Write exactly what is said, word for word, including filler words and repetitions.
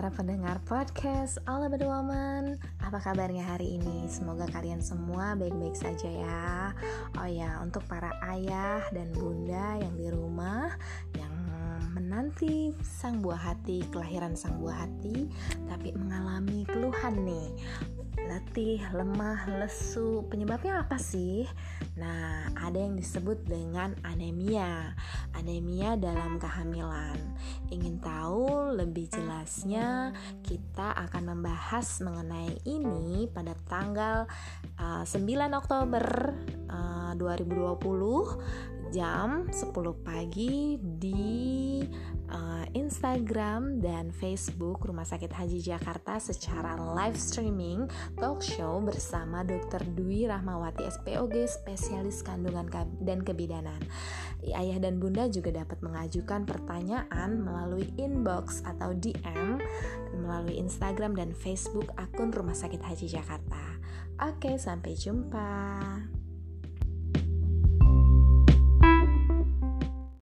para pendengar podcast All About Woman. Apa kabarnya hari ini? Semoga kalian semua baik-baik saja ya. Oh ya, untuk para ayah dan bunda yang di rumah, yang menanti sang buah hati, kelahiran sang buah hati, tapi mengalami keluhan nih, letih, lemah, lesu. Penyebabnya apa sih? Nah, ada yang disebut dengan anemia. Anemia dalam kehamilan. Ingin tahu lebih jelasnya? Kita akan membahas mengenai ini pada tanggal uh, sembilan Oktober uh, dua ribu dua puluh jam sepuluh pagi di uh, Instagram dan Facebook Rumah Sakit Haji Jakarta secara live streaming talk show bersama dokter Dwi Rahmawati S P O G, spesialis kandungan dan kebidanan. Ayah dan bunda juga dapat mengajukan pertanyaan melalui inbox atau D M melalui Instagram dan Facebook akun Rumah Sakit Haji Jakarta. Oke, sampai jumpa.